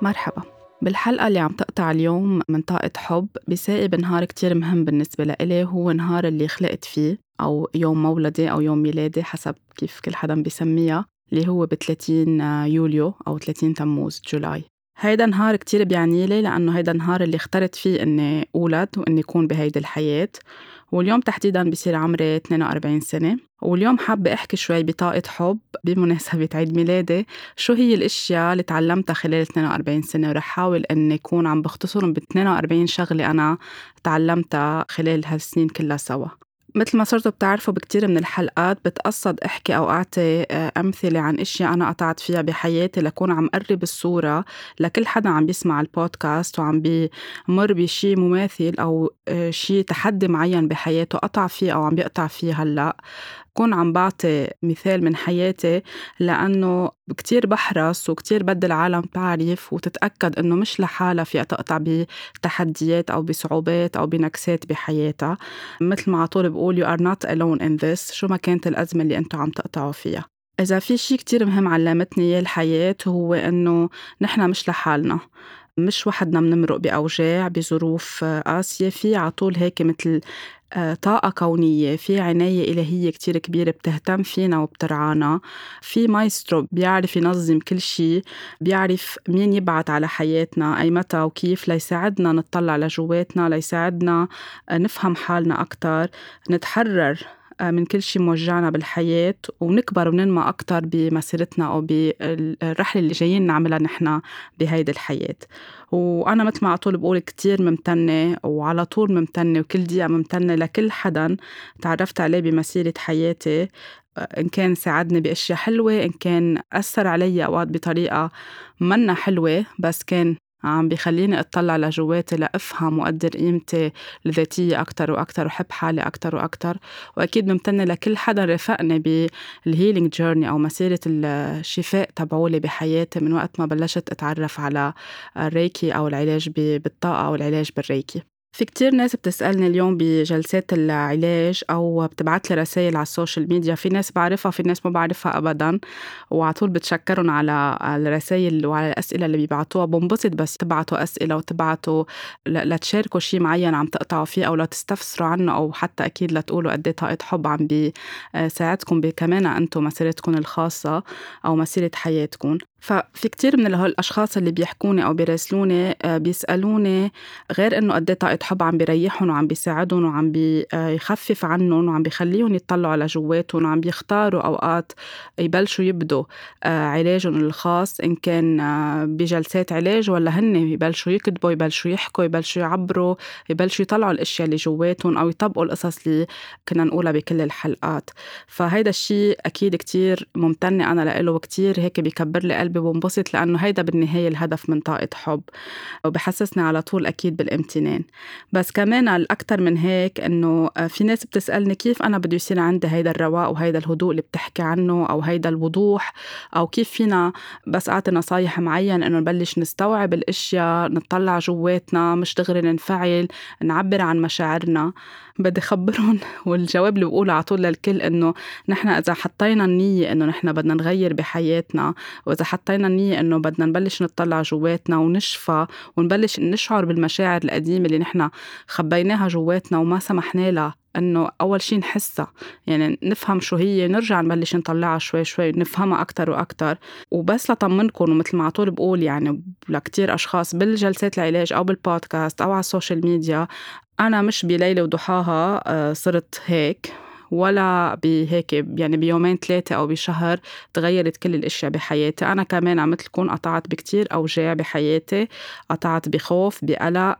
مرحبا. بالحلقة اللي عم تقطع اليوم من طاقة حب بيساقي بنهار كتير مهم بالنسبة لإلي، هو نهار اللي خلقت فيه أو يوم مولدي أو يوم ميلادي حسب كيف كل حدا بيسميها، اللي هو ب30 يوليو أو 30 تموز جولاي. هيدا نهار كتير بيعني لي لأنه هيدا نهار اللي اخترت فيه إني أولد وإني أكون بهيدي الحياة، واليوم تحديداً بيصير عمري 42 سنة. واليوم حابة أحكي شوي بطاقة حب بمناسبة عيد ميلادي شو هي الأشياء اللي تعلمتها خلال 42 سنة، ورح حاول أن أكون عم بختصرهم ب 42 شغلة أنا تعلمتها خلال هالسنين كلها سوا. مثل ما صرتوا بتعرفوا بكتير من الحلقات بتقصد أحكي أو أعطي أمثلة عن أشياء أنا قطعت فيها بحياتي لكون عم قرب الصورة لكل حدا عم بيسمع البودكاست وعم بيمر بشي مماثل أو شي تحدي معين بحياته قطع فيه أو عم بيقطع فيه هلأ. كون عم بعطي مثال من حياتي لأنه كتير بحرص وكتير بدي العالم تعرف وتتأكد أنه مش لحالة فيها تقطع بتحديات أو بصعوبات أو بنكسات بحياتها. مثل ما عطول بقول you are not alone in this، شو ما كانت الأزمة اللي أنتوا عم تقطعوا فيها. إذا في شي كتير مهم علمتني إياه الحياة هو أنه نحنا مش لحالنا، مش وحدنا منمرق بأوجاع بظروف قاسية، في عطول هيك مثل طاقة كونية، في عناية إلهية كتير كبيرة بتهتم فينا وبترعانا، في مايسترو بيعرف ينظم كل شي، بيعرف مين يبعت على حياتنا أي متى وكيف ليساعدنا نطلع لجواتنا، ليساعدنا نفهم حالنا أكتر، نتحرر من كل شي موجعنا بالحياة ونكبر وننمى أكتر بمسيرتنا أو بالرحلة اللي جايين نعملها نحنا بهيدي الحياة. وأنا مثل ما عطول بقول كتير ممتنة وعلى طول ممتنة وكل دقيقة ممتنة لكل حدا تعرفت عليه بمسيرة حياتي، إن كان ساعدني بأشياء حلوة، إن كان أثر علي أوقات بطريقة منا حلوة بس كان عم بيخليني أطلع لجواتي لأفهم وأقدر قيمتي الذاتية أكتر وأكتر وحب حالي أكتر وأكتر. وأكيد ممتنة لكل حدا رافقني بالهيلينج جيرني أو مسيرة الشفاء تبعولي بحياتي من وقت ما بلشت أتعرف على الريكي أو العلاج بالطاقة أو العلاج بالريكي. في كتير ناس بتسألني اليوم بجلسات العلاج أو بتبعت لي رسائل على السوشيال ميديا، في ناس بعرفها في ناس ما بعرفها أبداً، وعطول بتشكرن على الرسائل وعلى الأسئلة اللي بيبعتوها. بنبسط بس تبعتوا أسئلة وتبعتوا لتشاركوا شي معين عم تقطعوا فيه أو لتستفسروا عنه أو حتى أكيد لتقولوا قد إيه طاقة حب عم بيساعدكم بكمان أنتم مسيرتكم الخاصة أو مسيرة حياتكم. ففي كتير من الأشخاص اللي بيحكوني أو بيراسلوني بيسألوني غير إنه قد إيه طاقة حب عم بيريحهم وعم بيساعدهم وعم بيخفف عنهم وعم بيخليهم يطلعوا على جواتهم وعم بيختاروا أوقات يبلشوا يبدوا علاجهم الخاص، إن كان بجلسات علاج ولا هن يبلشوا يكتبوا، يبلشوا يحكوا، يبلشوا يعبروا، يبلشوا يطلعوا الأشياء اللي جواتهم أو يطبقوا القصص اللي كنا نقولها بكل الحلقات. فهيدا الشيء أكيد كتير ممتنة أنا لإله وكتير هيك بيكبر لي قلبي وبنبسط لأنه هيدا بالنهاية الهدف من طاقة حب وبحسسني على طول أكيد بالامتنان. بس كمان الأكتر من هيك إنه في ناس بتسألني كيف أنا بده يصير عندي هيدا الرواق وهيدا الهدوء اللي بتحكي عنه أو هيدا الوضوح، أو كيف فينا بس أعطي نصايح معين إنه نبلش نستوعب الأشياء، نطلع جواتنا، مش دغري ننفعل، نعبر عن مشاعرنا. بدي خبرهم والجواب اللي بقوله على طول للكل إنه نحن إذا حطينا النية إنه نحن بدنا نغير بحياتنا، وإذا حطينا النية إنه بدنا نبلش نطلع جواتنا ونشفى ونبلش نشعر بالمشاعر القديمة اللي نحن خبيناها جواتنا وما سمحنا لها إنه أول شيء نحسها، يعني نفهم شو هي، نرجع نبلش نطلعها شوي شوي نفهمها أكتر وأكتر. وبس لطمنكم ومثل ما عطول بقول يعني لكتير أشخاص بالجلسات العلاج أو بالبودكاست أو على السوشيال ميديا، أنا مش بليلة وضحاها صرت هيك ولا بهيك يعني بيومين 3 أو بشهر تغيرت كل الأشياء بحياتي. أنا كمان مثلكم قطعت بكتير أوجاع بحياتي، قطعت بخوف، بقلق،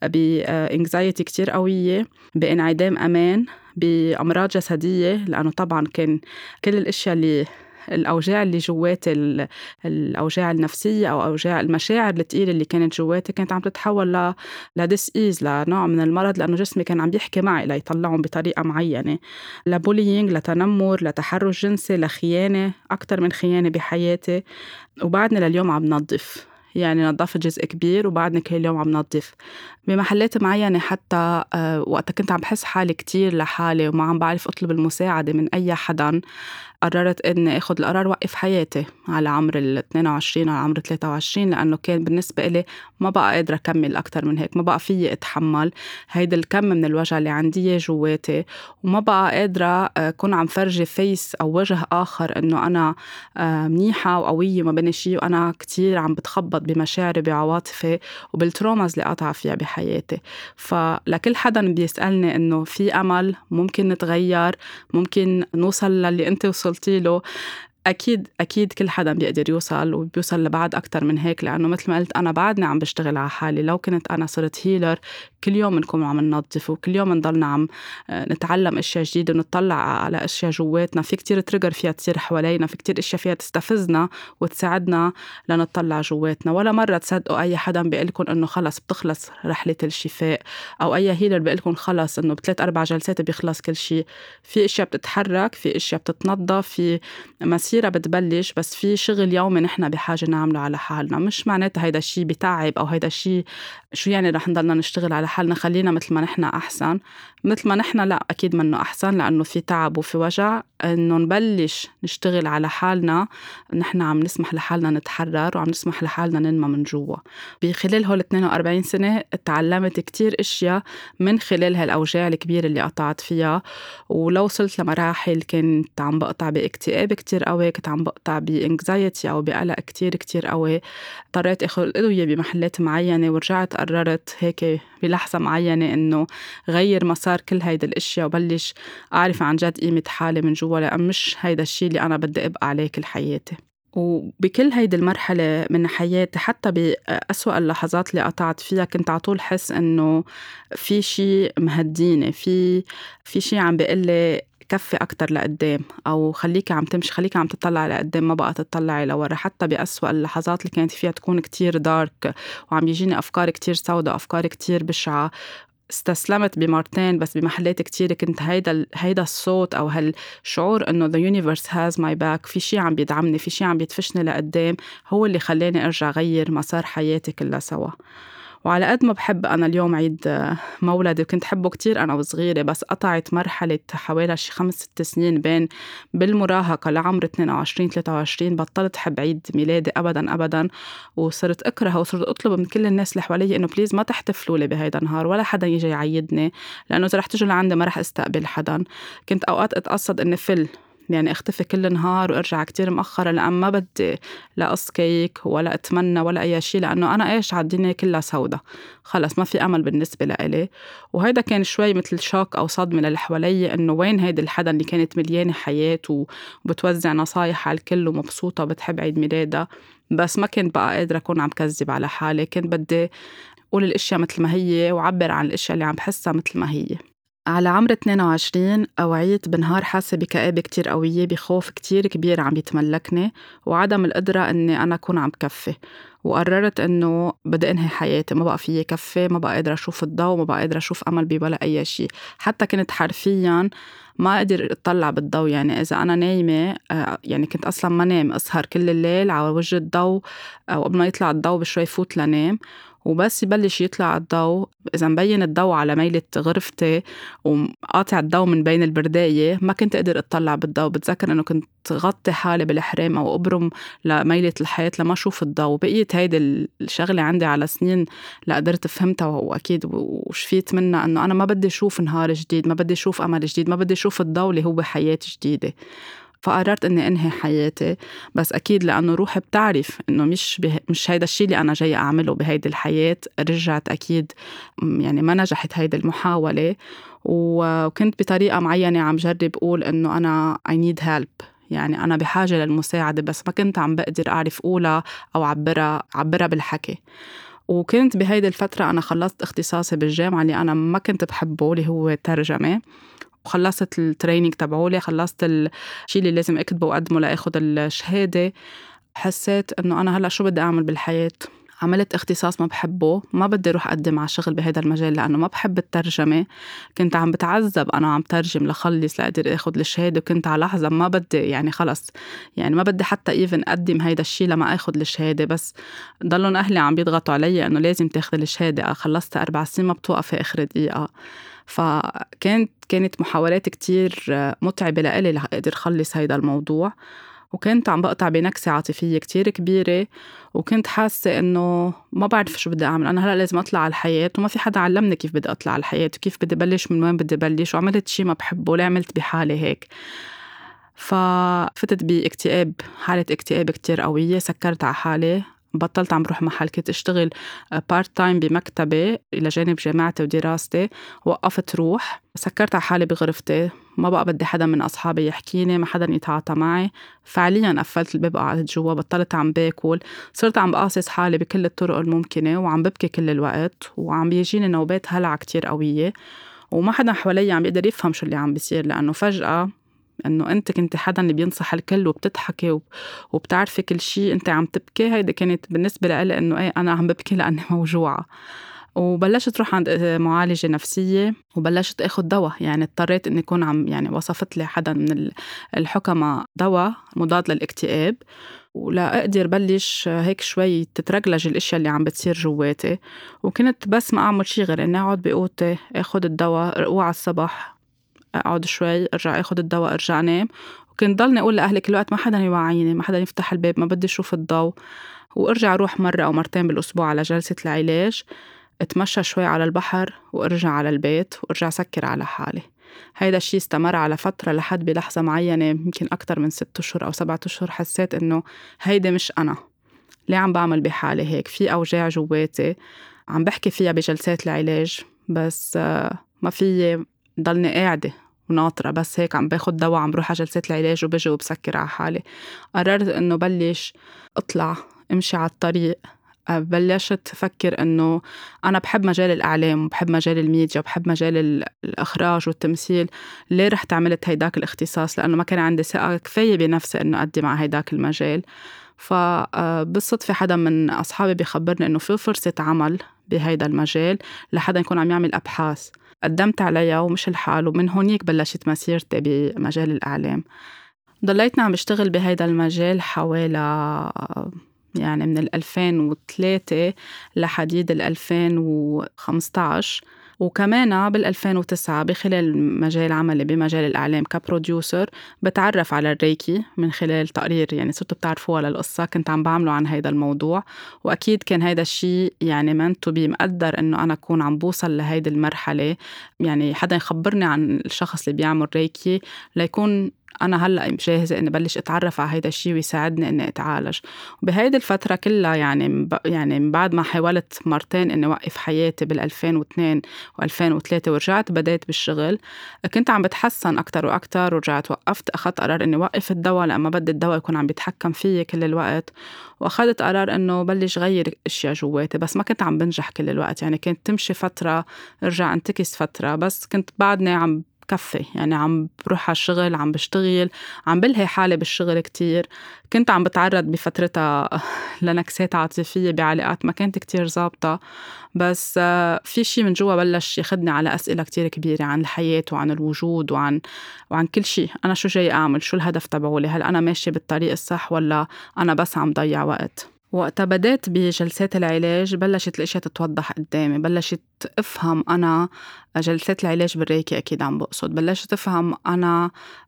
بانكزايتي كتير قوية، بانعدام أمان، بأمراض جسدية، لأنه طبعا كان كل الأشياء اللي الأوجاع اللي جواتي الأوجاع النفسية أو أوجاع المشاعر الثقيلة اللي كانت جواتي كانت عم تتحول لديس إيز لنوع من المرض، لأنه جسمي كان عم يحكي معي ليطلعهم بطريقة معينة، لبولينج، لتنمر، لتحرش جنسي، لخيانة، أكتر من خيانة بحياتي. وبعدنا لليوم عم ننظف، يعني نظفت جزء كبير وبعدني كل يوم عم نظف بمحلات معينة. حتى وقتا كنت عم بحس حالي كتير لحالي وما عم بعرف أطلب المساعدة من أي حدا، قررت إني أخذ القرار وقف حياتي على عمر 22 على عمر 23، لأنه كان بالنسبة إلي ما بقى قادرة أكمل أكتر من هيك، ما بقى فيي أتحمل هيدا الكم من الوجع اللي عندي جواتي، وما بقى قادرة أكون عم فرجي فيس أو وجه آخر إنه أنا منيحة وقوية ما بين شي، وأنا كتير عم بتخبط بمشاعري بعواطفي وبالتروماز اللي قطع فيها بحياتي. فلكل حدا بيسألني إنه في أمل، ممكن نتغير، ممكن نوصل للي أنت وصلتي له. أكيد كل حدا بيقدر يوصل وبيوصل لبعد أكتر من هيك، لأنه مثل ما قلت أنا بعدني عم بشتغل على حالي. لو كنت أنا صرت هيلر، كل يوم نكون عم ننظف وكل يوم نضلنا عم نتعلم أشياء جديدة ونطلع على أشياء جواتنا. في كتير تريجر فيها تصير حوالينا، في كتير أشياء فيها تستفزنا وتساعدنا لنطلع جواتنا. ولا مرة تصدقوا أي حدا بيقلكن إنه خلص بتخلص رحلة الشفاء، أو أي هيلر بيقلكن خلص إنه ب3-4 جلسات بيخلص كل شيء. في أشياء بتتحرك، في أشياء بتتنظف، في مسيرة بتبلش، بس في شغل يومي نحن بحاجة نعمله على حالنا. مش معناتها هيدا الشيء بتعب أو هيدا الشيء شو يعني رح نضلنا نشتغل على حالنا خلينا مثل ما نحن أحسن. مثل ما نحن لا، أكيد منه أحسن، لأنه في تعب وفي وجع. إنه نبلش نشتغل على حالنا، نحن عم نسمح لحالنا نتحرر وعم نسمح لحالنا ننمى من جوا. بخلال هول 42 سنة تعلمت كتير أشياء من خلال هالأوجاع الكبيرة اللي قطعت فيها. ولو وصلت لمراحل كنت عم بقطع باكتئاب كتير قوي، كنت عم بقطع بانكزايتي أو بقلق كتير قوي، اضطريت أخذ أدوية بمحلات معينة، ورجعت قررت هيك بلحظة معينة إنه غير مسار كل هيدا الأشياء وبلش أعرف عن جد قيمة حالي من جوا، لأن مش هيدا الشيء اللي أنا بدي أبقى عليه كل حياتي. وبكل هيدي المرحلة من حياتي، حتى بأسوأ اللحظات اللي قطعت فيها، كنت على طول حس إنه في شيء مهديني، في شيء عم بيقلي كفي أكتر لقدام، أو خليكي عم تمشي، خليكي عم تطلعي لقدام، ما بقى تطلعي لورا. حتى بأسوأ اللحظات اللي كانت فيها تكون كتير دارك وعم يجيني أفكار كتير سوداء، أفكار كتير بشعة، استسلمت بمرتين. بس بمحلات كتير كنت هيدا الصوت أو هالشعور إنه the universe has my back، في شي عم بيدعمني، في شي عم بيدفشني لقدام، هو اللي خلاني أرجع غير مسار حياتي كلها سوا. وعلى قد ما بحب أنا اليوم عيد مولدي، وكنت حبه كتير أنا وصغيرة، بس قطعت مرحلة حوالي شي 5-6 سنين بين بالمراهقة لعمر 22-23، بطلت حب عيد ميلادي أبداً، وصرت أكره وصرت أطلب من كل الناس اللي حوالي إنه بليز ما تحتفلوا لي بهيدا النهار، ولا حدا يجي يعيدني، لأنه إذا رح تجوا لعندي ما رح استقبل حدا. كنت أوقات أتقصد إني يعني اختفي كل نهار وارجع كتير مأخرة، لأن ما بدي لا قص كيك ولا اتمنى ولا اي شيء، لانه انا ايش عالدنيا كلها سودة، خلص ما في امل بالنسبة لإلي. وهيدا كان شوي مثل شوك او صدمة للي حوالي، انه وين هيدا الحدا اللي كانت مليانة حياة وبتوزع نصايح على الكل ومبسوطة وبتحب عيد ميلادها. بس ما كنت بقى قادرة اكون عم كذب على حالي، كنت بدي اقول الاشياء مثل ما هي وعبر عن الاشياء اللي عم بحسها مثل ما هي. على عمر 22 وعيت بنهار حاسة بكآبة كتير قوية، بخوف كتير كبير عم يتملكني، وعدم القدرة أني أنا أكون عم كفي. وقررت أنه بدي أنهي حياتي، ما بقى فيي كفي، ما بقى قادرة أشوف الضوء، ما بقى قادرة أشوف أمل ولا أي شيء. حتى كنت حرفياً ما أقدر أطلع بالضوء، يعني إذا أنا نايمة يعني كنت أصلاً ما نام، أسهر كل الليل على وجه الضوء، وقبل ما يطلع الضوء بشوي فوت لنام. وبس يبلش يطلع الضوء، إذا مبين الضوء على ميلة غرفتي وقاطع الضوء من بين البرداية، ما كنت أقدر أطلع بالضوء. بتذكر أنه كنت غطي حالي بالحرام أو أبرم لميلة الحياة لما أشوف الضوء. بقيت هيدي الشغلة عندي على سنين لقدرت فهمتها، وأكيد وشفيت منها أنه أنا ما بدي أشوف نهار جديد، ما بدي أشوف أمل جديد، ما بدي أشوف الضوء اللي هو حياة جديدة. فقررت إني أنهي حياتي. بس أكيد لأنه روحي بتعرف إنه مش هيدا الشيء اللي أنا جاي أعمله بهيدي الحياة. رجعت أكيد يعني ما نجحت هيدي المحاولة، وكنت بطريقة معينة عم جرب أقول إنه أنا I need help، يعني أنا بحاجة للمساعدة، بس ما كنت عم بقدر أعرف أقولها أو عبرها بالحكي. وكنت بهيدي الفترة أنا خلصت اختصاصي بالجامعة اللي أنا ما كنت بحبه، اللي هو ترجمة، وخلصت التريننج تبعولي، خلصت الشيء اللي لازم أكتبه وأقدمه لأخذ الشهادة. حسيت إنه أنا هلأ شو بدي أعمل بالحياة؟ عملت اختصاص ما بحبه، ما بدي روح أقدم على شغل بهذا المجال لأنه ما بحب الترجمة. كنت عم بتعذب أنا عم ترجم لخلص لأقدر أخد الشهادة، وكنت على لحظة ما بدي يعني خلص، يعني ما بدي حتى إيفن أقدم هيدا الشي لما أخد الشهادة، بس ضلون أهلي عم بيضغطوا علي أنه لازم تاخد الشهادة، خلصت 4 سنين ما بتوقف آخر دقيقة. كانت محاولات كتير متعبة لإلي لأقدر خلص هيدا الموضوع، وكنت عم بقطع بنكسة عاطفية كتير كبيرة، وكنت حاسة إنه ما بعرف شو بدي أعمل. أنا هلأ لازم أطلع على الحياة وما في حدا علمني كيف بدي أطلع على الحياة وكيف بدي بلش من وين بدي بلش، وعملت شي ما بحبه. ليه عملت بحالي هيك؟ ففتت باكتئاب، حالة اكتئاب كتير قوية. سكرت على حالي، بطلت عم بروح محل، كنت اشتغل بارت تايم بمكتبة إلى جانب جامعتي ودراستي، وقفت روح. سكرت على حالي بغرفتي، ما بقى بدي حدا من أصحابي يحكيني، ما حدا يتعاطى معي. فعليا قفلت الباب وقعدت جوا، بطلت عم باكل، صرت عم بقاصص حالي بكل الطرق الممكنة، وعم ببكي كل الوقت، وعم بيجيني نوبات هلع كتير قوية، وما حدا حوالي عم بيقدر يفهم شو اللي عم بيصير. لأنه فجأة انه انت كنت حدا اللي بينصح الكل وبتضحكي وبتعرفي كل شيء، انت عم تبكي. هيدا كانت بالنسبة لي انه ايه، انا عم ببكي لاني موجوعة. وبلشت روح عند معالجة نفسية، وبلشت اخد دواء. يعني اضطريت اني يكون عم، يعني وصفت لي حدا من الحكمة دواء مضاد للاكتئاب، ولا اقدر بلش هيك شوي تترجلج الاشياء اللي عم بتصير جواتي. وكنت بس ما اعمل شي غير اني اقعد بأوضتي، اخد الدواء، رقوع على الصبح، اقعد شوي، ارجع اخد الدواء، ارجع انام. وكنت ضلني اقول لاهلي كل الوقت ما حدا يوعيني، ما حدا يفتح الباب، ما بدي اشوف الضوء. وارجع اروح مرة او مرتين بالاسبوع على جلسة العلاج، اتمشى شوي على البحر، وارجع على البيت، وارجع سكر على حالي. هيدا الشي استمر على فترة لحد بلحظة معينة، يمكن أكتر من 6 أشهر أو 7 أشهر، حسيت إنه هيدا مش أنا. ليه عم بعمل بحالي هيك؟ في أوجاع جواتي عم بحكي فيها بجلسات العلاج، بس ما في ضلني قاعدة وناطرة بس هيك عم باخد دواء، عم بروح على جلسات العلاج وبجي وبسكر على حالي. قررت إنه بلش أطلع امشي على الطريق. بلشت أفكر إنه أنا بحب مجال الإعلام، وبحب مجال الميديا، وبحب مجال الإخراج والتمثيل. ليه رحت عملت هيداك الاختصاص؟ لأنه ما كان عندي ثقة كفاية بنفسي إنه أقدم على هيداك المجال. فبالصدفة حدا من أصحابي بيخبرني إنه في فرصة عمل بهيدا المجال لحدا يكون عم يعمل أبحاث. قدمت عليها ومش الحال، ومن هونيك بلشت مسيرتي بمجال الإعلام. ضليتنا عم بشتغل بهيدا المجال حوالي يعني من 2003 لحديد 2015. وكمان بال2009 بخلال مجال عملي بمجال الإعلام كبروديوسر بتعرف على الريكي من خلال تقرير، يعني صرتوا بتعرفوها للقصة، كنت عم بعمله عن هيدا الموضوع. وأكيد كان هيدا الشيء يعني منتو بي مقدر إنه أنا أكون عم بوصل لهيدي المرحلة. يعني حدا يخبرني عن الشخص اللي بيعمل ريكي ليكون أنا هلأ جاهزة إني بلش أتعرف على هيدا الشيء ويساعدني إني أتعالج. وبهيدي الفترة كلها يعني من بعد ما حاولت مرتين إني وقف حياتي بال2002 و2003 ورجعت بدأت بالشغل، كنت عم بتحسن أكتر وأكتر، ورجعت وقفت، أخذت قرار إني وقف الدواء لأن ما بدي الدواء يكون عم بيتحكم فيي كل الوقت. وأخذت قرار إنه بلش غير أشياء جواتي، بس ما كنت عم بنجح كل الوقت. يعني كنت تمشي فترة ارجع انتكس فترة، بس كنت بعدني عم كفي. يعني عم بروح على الشغل، عم بشتغل، عم بلهي حالي بالشغل كتير. كنت عم بتعرض بفترتها لنكسات عاطفية بعلاقات ما كانت كتير زابطة، بس في شي من جوا بلش ياخدني على أسئلة كتير كبيرة عن الحياة وعن الوجود وعن كل شي. أنا شو جاي أعمل؟ شو الهدف تبعولي؟ هل أنا ماشي بالطريق الصح ولا أنا بس عم ضيع وقت؟ وقتها بدأت بجلسات العلاج بلشت الأشياء تتوضح قدامي، بلشت أفهم أنا جلسات العلاج بالريكي أكيد عم بقصد. بلشت أفهم أنا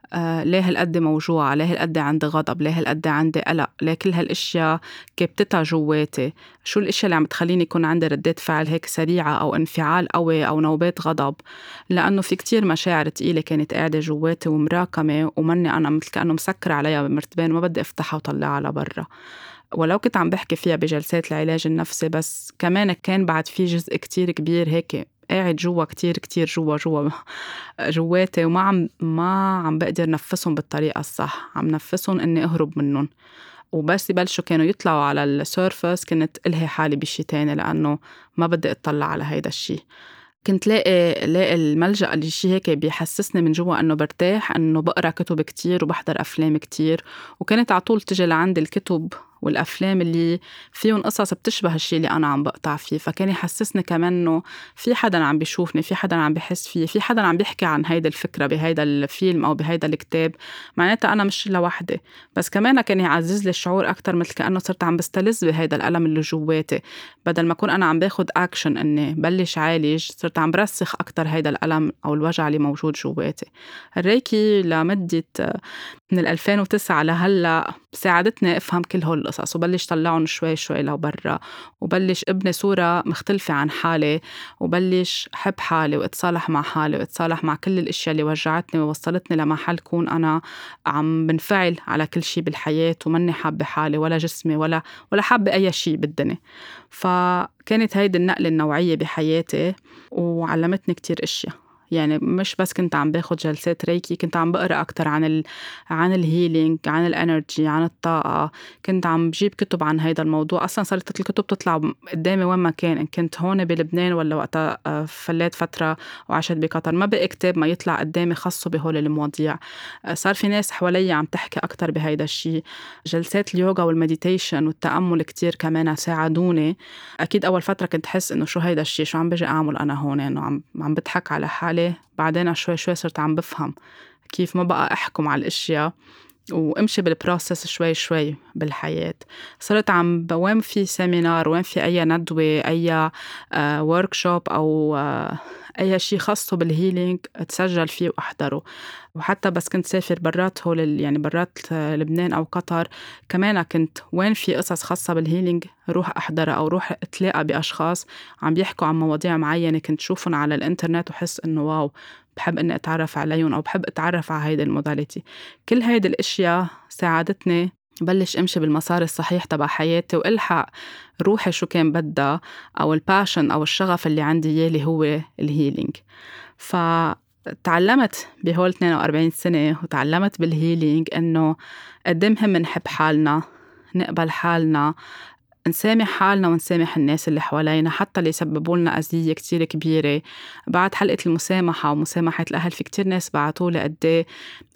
ليه هالقد موجوعة، ليه هالقد عندي غضب، ليه هالقد عندي قلق، ليه كل هالأشياء كبتتها جواتي، شو الأشياء اللي عم تخليني يكون عندي ردات فعل هيك سريعة أو انفعال قوي أو نوبات غضب. لأنه في كتير مشاعر تقيلة كانت قاعدة جواتي ومراكمة، ومني أنا مثل كأنه مسكر عليها بمرتبين وما بدي أفتحها وطلعها على برا. ولو كنت عم بحكي فيها بجلسات العلاج النفسي، بس كمان كان بعد في جزء كتير كبير هيك قاعد جوا، كتير جوا جواتي، وما عم بقدر نفسهم بالطريقة الصح، عم نفسهم إني أهرب منهم. وبس يبلشوا كانوا يطلعوا على السيرفس كنت ألهي حالي بشي تاني، لأنه ما بدي أطلع على هيدا الشي. كنت لاقي الملجأ اللي شي هيك بيحسسني من جوا أنه برتاح، أنه بقرأ كتب كتير وبحضر أفلام كتير. وكانت على طول تجي لعندي الكتب والأفلام اللي فيهم قصص بتشبه الشيء اللي أنا عم بقطع فيه. فكان يحسسني كمان إنه في حدا عم بيشوفني، في حدا عم بيحس فيه، في حدا عم بيحكي عن هيدا الفكرة بهيدا الفيلم أو بهيدا الكتاب، معناتها أنا مش لوحدي. بس كمان كان يعزز لي الشعور أكتر، مثل كأنه صرت عم بستلذ بهيدا الألم اللي جواتي، بدل ما أكون أنا عم باخد أكشن إني بلش عالج، صرت عم برسخ أكتر هيدا الألم أو الوجع اللي موجود جواتي. الريكي لمدة من 2009 لهلأ ساعدتني أفهم كل هول القصص وبلش طلعهم شوي شوي لبرا، وبلش ابني صورة مختلفة عن حالي، وبلش أحب حالي وأتصالح مع حالي وأتصالح مع كل الأشياء اللي وجعتني ووصلتني لمحل كون أنا عم بنفعل على كل شي بالحياة ومني حابة حالي ولا جسمي ولا حابة أي شي بالدنيا. فكانت هيدي النقلة النوعية بحياتي وعلمتني كتير أشياء. يعني مش بس كنت عم باخد جلسات ريكي، كنت عم بقرأ أكتر عن الهيلينج، عن الانرجي، عن الطاقة. كنت عم بجيب كتب عن هيدا الموضوع. أصلا صارت الكتب تطلع قدامي وين ما كان، إن كنت هون بلبنان ولا وقتها فليت فترة وعشت بقطر، ما بقى كتاب ما يطلع قدامي خاصه بهول المواضيع. صار في ناس حوالي عم تحكي أكتر بهيدا الشيء. جلسات اليوغا والمديتيشن والتأمل كتير كمان ساعدوني. أكيد أول فترة كنت حس إنه شو هيدا الشيء، شو عم بيجي أعمل أنا هون، إنه عم بضحك على حالي. بعدين شوي شوي صرت عم بفهم كيف ما بقى أحكم على الأشياء وامشي بالبروسس شوي شوي بالحياة. صرت وين في سيمينار، وين في أي ندوة، أي workshop أو أي شيء خاصه بالهيلينج أتسجل فيه وأحضره. وحتى بس كنت سافر برات يعني برات لبنان أو قطر كمان، كنت وين في قصص خاصة بالهيلينج روح أحضرها أو روح أتلاقى بأشخاص عم بيحكوا عن مواضيع معينة كنت شوفهم على الإنترنت وحس إنه واو، بحب إني أتعرف عليهم أو بحب أتعرف على هيدا الموداليتي. كل هيدا الأشياء ساعدتني بلش أمشي بالمسار الصحيح تبع حياتي وإلحق روحي شو كان بدها، أو الباشن أو الشغف اللي عندي إياه اللي هو الهيلينج. فتعلمت بهول 42 سنة وتعلمت بالهيلينج إنه قد إيه مهم نحب حالنا، نقبل حالنا، نسامح حالنا ونسامح الناس اللي حوالينا حتى اللي يسببوا لنا أذية كتير كبيرة. بعد حلقة المسامحة ومسامحة الأهل في كتير ناس بعتولي قد إيه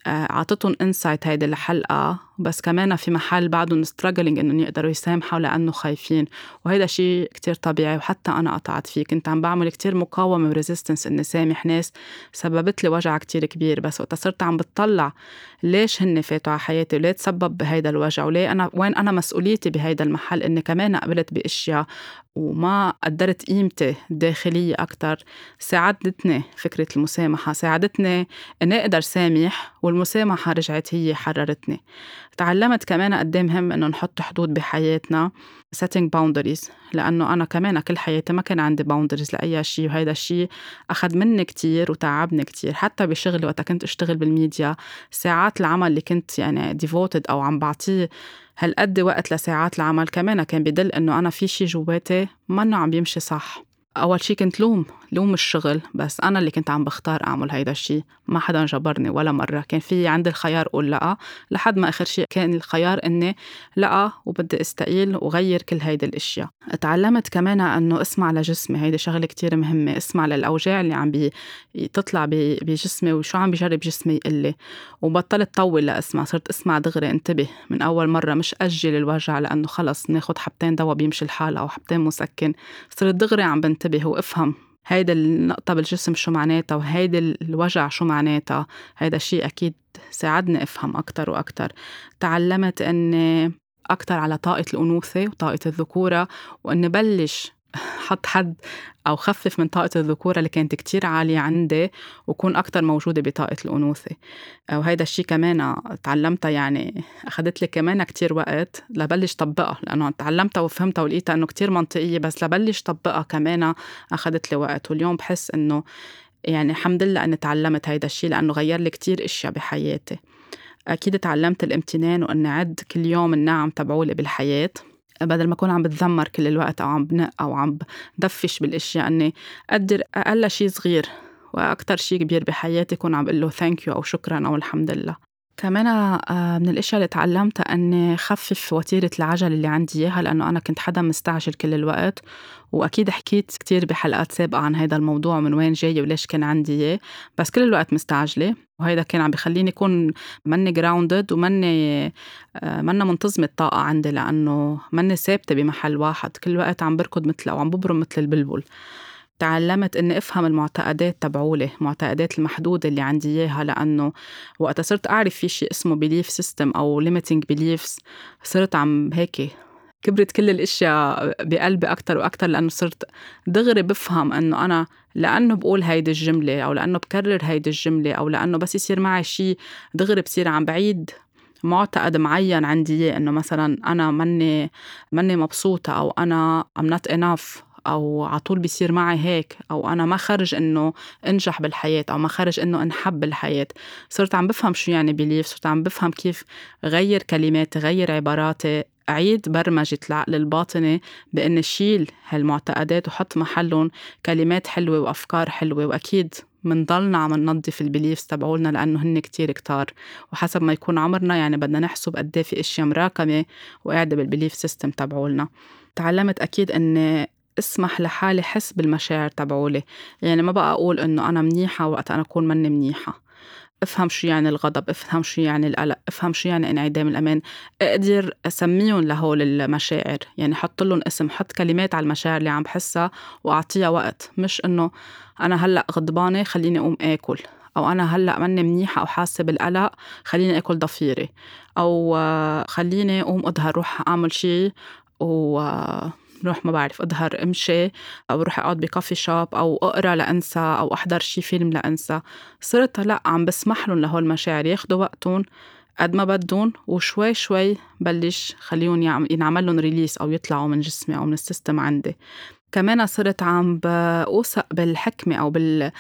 عطتهم انسايت هيدي الحلقة، بس كمان في محل بعدهم struggling إنهم يقدروا يسامحوا لأنه خايفين. وهيدا شيء كتير طبيعي، وحتى أنا قطعت فيه. كنت عم بعمل كتير مقاومة وريزيستنس إني سامح ناس سببت لي وجع كتير كبير. بس وقت صرت عم بتطلع ليش هن فاتوا على حياتي وليه تسبب بهيدا الوجع وليه وين أنا مسؤوليتي بهيدا المحل، إني كمان قبلت بأشياء وما قدرت قيمتي الداخلية أكتر. ساعدتني فكرة المسامحة، ساعدتني إني أقدر سامح، والمسامحة رجعت هي حررتني. تعلمت كمان قد إيه مهم إنه نحط حدود بحياتنا، setting boundaries، لأنه أنا كمان كل حياتي ما كان عندي boundaries لأي شيء، وهيدا الشيء أخذ مني كتير وتعبني كتير. حتى بشغلي وقت كنت أشتغل بالميديا، ساعات العمل اللي كنت يعني devoted أو عم بعطيه هالقد وقت لساعات العمل، كمان كان بيدل إنه أنا في شيء جواتي ما عم بيمشي صح. أول شي كنت لوم الشغل، بس أنا اللي كنت عم بختار أعمل هيدا الشي، ما حدا جبرني ولا مرة. كان في عندي الخيار أقول لأ، لحد ما آخر شي كان الخيار إني لأ وبدي استقيل وغير كل هيدا الاشياء. تعلمت كمان أنه اسمع لجسمي، هيدا شغلة كتير مهمة. اسمع للأوجاع اللي عم تطلع بجسمي وشو عم بيجرب جسمي يقلي، وبطلت طول لأسمع، صرت اسمع دغري، انتبه من أول مرة، مش أجل الوجع لأنه خلص ناخد حبتين دوا بيمشي الحال أو حبتين مسكن. صرت دغري عم بنتبه وافهم هيدا النقطة بالجسم شو معناتها وهيدا الوجع شو معناتها. هيدا الشيء أكيد ساعدني أفهم أكتر وأكتر. تعلمت أني أكتر على طاقة الأنوثة وطاقة الذكورة، وأني بلش حط حد أو خفف من طاقة الذكورة اللي كانت كتير عالية عندي وكون أكتر موجودة بطاقة الأنوثة. وهيدا الشيء كمان تعلمتها، يعني أخدت لي كمان كتير وقت لبلش طبقها، لأنه تعلمتها وفهمتها ولقيتها أنه كتير منطقية، بس لبلش طبقها كمان أخدت لي وقت. واليوم بحس أنه يعني الحمد لله أني تعلمت هيدا الشيء لأنه غير لي كتير إشياء بحياتي. أكيد تعلمت الامتنان وأني عد كل يوم النعم تبعولي بالحياة، بدل ما أكون عم بتذمر كل الوقت أو عم بنق أو عم بدفش بالأشياء، أني أقدر أقل شيء صغير وأكتر شيء كبير بحياتي كون عم بقول له thank you أو شكرا أو الحمد لله. كمان من الأشياء اللي تعلمتها أني خفف وتيرة العجل اللي عندي إياها، لأنه أنا كنت حدا مستعجل كل الوقت، وأكيد حكيت كتير بحلقات سابقة عن هيدا الموضوع من وين جاي وليش كان عندي إياه، بس كل الوقت مستعجلة، وهيدا كان عم بخليني أكون مني grounded منا منتظمة الطاقة عندي، لأنه مني ثابتة بمحل واحد، كل الوقت عم بركض مثل أو عم ببرم مثل البلبل. تعلمت إني أفهم المعتقدات تبعولي، المعتقدات المحدودة اللي عندي إياها، لأنه وقت صرت أعرف في شيء اسمه belief system أو limiting beliefs، صرت عم هيك كبرت كل الاشياء بقلبي أكتر وأكتر، لأنه صرت دغري بفهم أنه أنا لأنه بقول هيدي الجملة أو لأنه بكرر هيدي الجملة أو لأنه بس يصير معي شيء دغري بصير عم بعيد معتقد معين عندي إياه، إنه مثلا أنا مني مبسوطة أو أنا I'm not enough أو عطول بيصير معي هيك أو أنا ما خرج إنه أنجح بالحياة أو ما خرج إنه أنحب بالحياة. صرت عم بفهم شو يعني بليف، صرت عم بفهم كيف غير كلماتي، غير عباراتي، أعيد برمجة العقل الباطني بأن شيل هالمعتقدات وحط محلهم كلمات حلوة وأفكار حلوة. وأكيد منضلنا عم ننظف البليفز تبعولنا لأنه هن كتير كتار، وحسب ما يكون عمرنا يعني بدنا نحسب قديه في اشياء مراكمة وقاعدة بالبليف سيستم تبعولنا. تعلمت أكيد أني اسمح لحالي حس بالمشاعر تبعولي، يعني ما بقى أقول إنه أنا منيحة وقت أنا أكون مني منيحة. افهم شو يعني الغضب، افهم شو يعني القلق، افهم شو يعني انعدام الأمان، اقدر أسميهم لهول المشاعر، يعني حط لهم اسم، حط كلمات على المشاعر اللي عم بحسها وأعطيها وقت. مش إنه أنا هلأ غضبانة خليني أقوم آكل، أو أنا هلأ مني منيحة أو حاسة بالقلق خليني آكل ضفيري، أو خليني أقوم أظهر روح أعمل شي روح ما بعرف أظهر أمشي أو روح أقعد بكافي شوب أو أقرأ لأنسى أو أحضر شي فيلم لأنسى. صرت لأ عم بسمح لهم لهول المشاعر ياخدوا وقتهم قد ما بدهم، وشوي شوي بلش خليهم ينعمل لهم ريليس أو يطلعوا من جسمي أو من السيستم عندي. كمان صرت عم بوثق بالحكمة أو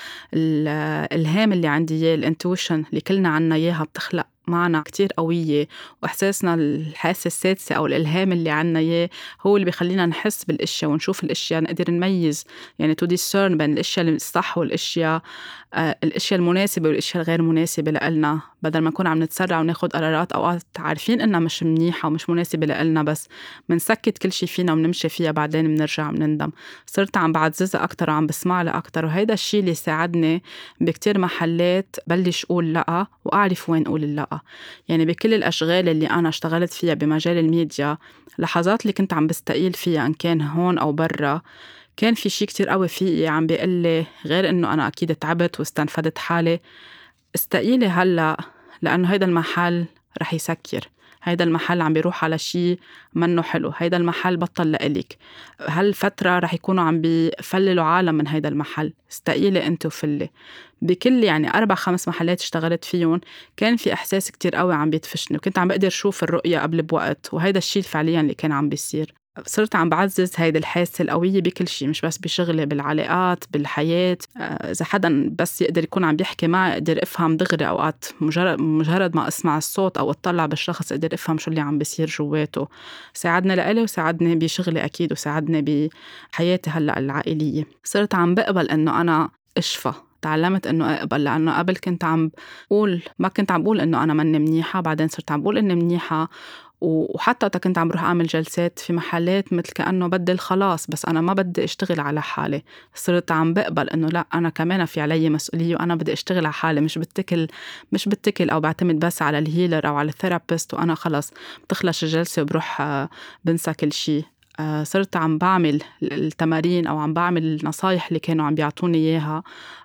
بالإلهام اللي عندي إياه، الانتويشن اللي كلنا عنا إياها بتخلق معنا كتير قوية، وإحساسنا الحاسة السادسة أو الإلهام اللي عنا إياه هو اللي بيخلينا نحس بالأشياء ونشوف الأشياء، نقدر نميز يعني to discern بين الأشياء الصح والأشياء الأشياء المناسبة والأشياء الغير مناسبة لإلنا، بدل ما نكون عم نتسرع وناخد قرارات أوقات عارفين إنها مش منيحة ومش مناسبة لإلنا، بس منسكت كل شي فينا ونمشي فيها بعدين بنرجع بنندم. صرت عم بعززها أكتر وعم بسمع لها أكتر، وهيدا الشي اللي ساعدني بكتير محلات بلش أقول لأ وأعرف وين أقول اللأ. يعني بكل الأشغال اللي أنا اشتغلت فيها بمجال الميديا، لحظات اللي كنت عم بستقيل فيها إن كان هون أو برا، كان في شي كتير قوي فيي عم بيقلي غير إنه أنا أكيد تعبت واستنفدت حالي، استقيلي هلأ لأنه هيدا المحل رح يسكر، هيدا المحل عم بيروح على شي منه حلو، هيدا المحل بطل لإلك، هالفترة رح يكونوا عم بيفللوا عالم من هيدا المحل، استقيلي انت وفلي. بكل يعني 4-5 محلات اشتغلت فيهم كان في إحساس كتير قوي عم بيتفشني، وكنت عم بقدر شوف الرؤية قبل بوقت، وهيدا الشي فعليا اللي كان عم بيصير. صرت عم بعزز هيدا الحاسة القوية بكل شي، مش بس بشغلي، بالعلاقات، بالحياة. إذا حدا بس يقدر يكون عم بيحكي معي أقدر أفهم دغري، أوقات مجرد ما أسمع الصوت أو أطلع بالشخص أقدر أفهم شو اللي عم بيصير جواته. ساعدني لإلي وساعدني بشغلي أكيد وساعدني بحياتي هلأ العائلية. صرت عم بقبل إنه أنا أشفى، تعلمت إنه أقبل، لأنه قبل كنت عم بقول ما كنت عم بقول إنه أنا مني منيحة، بعدين صرت عم بقول إني منيحة. وحتى وقت كنت عم روح أعمل جلسات في محلات مثل كأنه بدي الخلاص، بس أنا ما بدي أشتغل على حالي، صرت عم بقبل إنه لا أنا كمان في علي مسؤولية وأنا بدي أشتغل على حالي، مش بتكل أو بعتمد بس على الهيلر أو على الثيرابيست وأنا خلص بتخلص الجلسة وبروح بنسى كل شي. صرت عم بعمل التمارين أو عم بعمل النصايح اللي كانوا عم بيعطوني إياها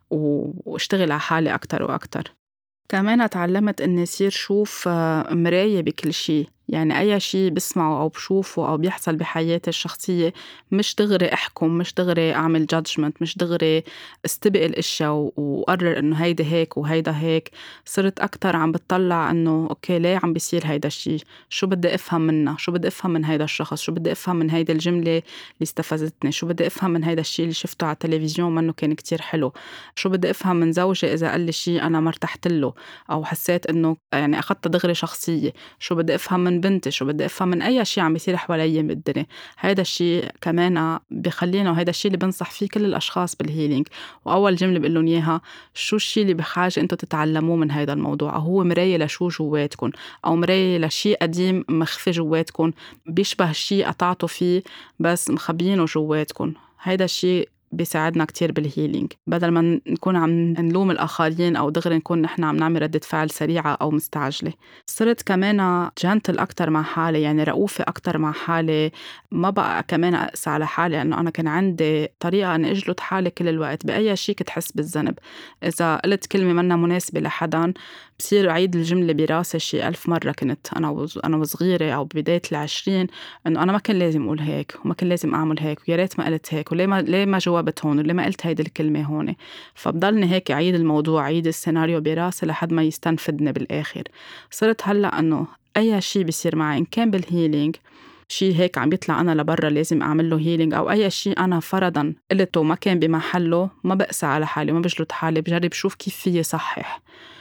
واشتغل على حالي أكتر وأكتر. كمان تعلمت إني أصير شوف مراية بكل شي، يعني أي شي بسمعه أو بشوفه أو بيحصل بحياتي الشخصية مش دغري أحكم، مش دغري أعمل judgment، مش دغري استبق الأشياء وقرر إنه هيدا هيك وهيدا هيك. صرت أكتر عم بتطلع إنه أوكي ليه عم بيصير هيدا الشي، شو بدي أفهم منه، شو بدي أفهم من هيدا الشخص، شو بدي أفهم من هيدا الجملة اللي استفزتني، شو بدي أفهم من هيدا الشي اللي شفته على التلفزيون منه كان كتير حلو، شو بدي أفهم من زوجي إذا قال لي شي أنا ما ارتحت له أو حسيت إنه يعني أخدت دغري شخصية، شو بدي أفهم من بنتي، شو بدي أفهم من أي شيء عم بيصير حوالي بالدنيا. هيدا الشيء كمان بخلينا، وهيدا الشيء اللي بنصح فيه كل الأشخاص بالهيلينج. وأول جملة بقول لهم إياها: شو الشيء اللي بحاجة أنتوا تتعلموه من هيدا الموضوع؟ أو هو مراية لشو جواتكم، أو مراية لشيء قديم مخفي جواتكم، بيشبه شيء قطعتوا فيه بس مخبيينه جواتكم. هيدا الشيء بيساعدنا كتير بالهيلينج، بدل ما نكون عم نلوم الآخرين أو دغري نكون نحن عم نعمل ردة فعل سريعة أو مستعجلة. صرت كمان جنتل أكتر مع حالي، يعني رؤوفة أكتر مع حالي. ما بقى كمان أقسى على حالي، لأنه أنا كان عندي طريقة أن أجلد حالي كل الوقت بأي شيء كنت حس بالذنب. إذا قلت كلمة منا مناسبة لحدا بصير أعيد الجملة براسي شي 1000 مرة. كنت أنا وصغيرة أو ببداية 20، إنه أنا ما كان لازم أقول هيك وما كان لازم أعمل هيك، ويا ريت ما قلت هيك، ليه ما جاوبت هون، وليه ما قلت هيدي الكلمة هون. فبضلني هيك أعيد الموضوع، أعيد السيناريو براسي لحد ما يستنفدني بالآخر. صرت هلأ إنه أي شيء بيصير معي، إن كان بالهيلينج شيء هيك عم بيطلع أنا لبرا لازم أعمل له هيلينج، أو أي شيء أنا فرضاً قلته ما كان بمحله، ما بقسى على حالي وما بجلد حالي، بجرب شوف كيف فيي صحح.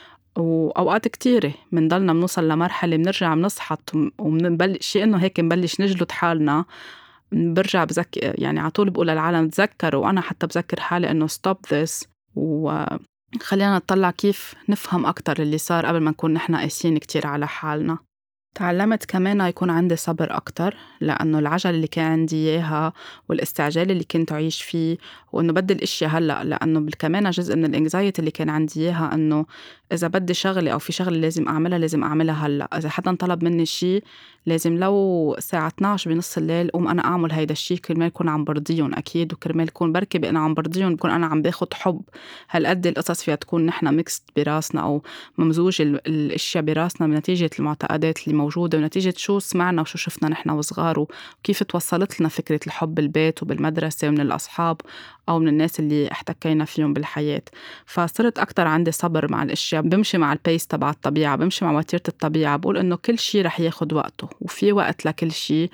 وأوقات كتيرة منضلنا منوصل لمرحلة منرجع منصحط ومنبلش شيء إنه هيك نبلش نجلد حالنا. برجع بذكر، يعني على طول بقول للعالم تذكروا، وأنا حتى بذكر حالي إنه stop this، وخلينا نطلع كيف نفهم أكتر اللي صار قبل ما نكون نحن قاسيين كتير على حالنا. تعلمت كمان يكون عندي صبر أكتر، لأنه العجل اللي كان عندي إياها والاستعجال اللي كنت أعيش فيه، وإنه بدي الإشياء هلأ، لأنه كمان جزء من الانكزايتي اللي كان عندي إياها إنه إذا بدي شغلة أو في شغلة لازم أعملها هلأ. إذا حدا طلب مني شيء لازم لو الساعة 12 بنص الليل قوم أنا أعمل هيدا الشيء، كرمال يكون عم برضيهم أكيد، وكرمال يكون بركي بأنا عم برضيهم، بكون أنا عم باخد حب. هالقد القصص فيها تكون نحن ميكست براسنا أو ممزوج الأشياء براسنا بنتيجة المعتقدات اللي موجودة، ونتيجة شو سمعنا وشو شفنا نحن وصغار، وكيف توصلت لنا فكرة الحب بالبيت وبالمدرسة ومن الأصحاب أو من الناس اللي احتكينا فيهم بالحياة. فصرت أكتر عندي صبر مع الأشياء، بمشي مع البيس تبع الطبيعة، بمشي مع وتيرة الطبيعة، بقول إنه كل شيء رح ياخد وقته وفي وقت لكل شيء.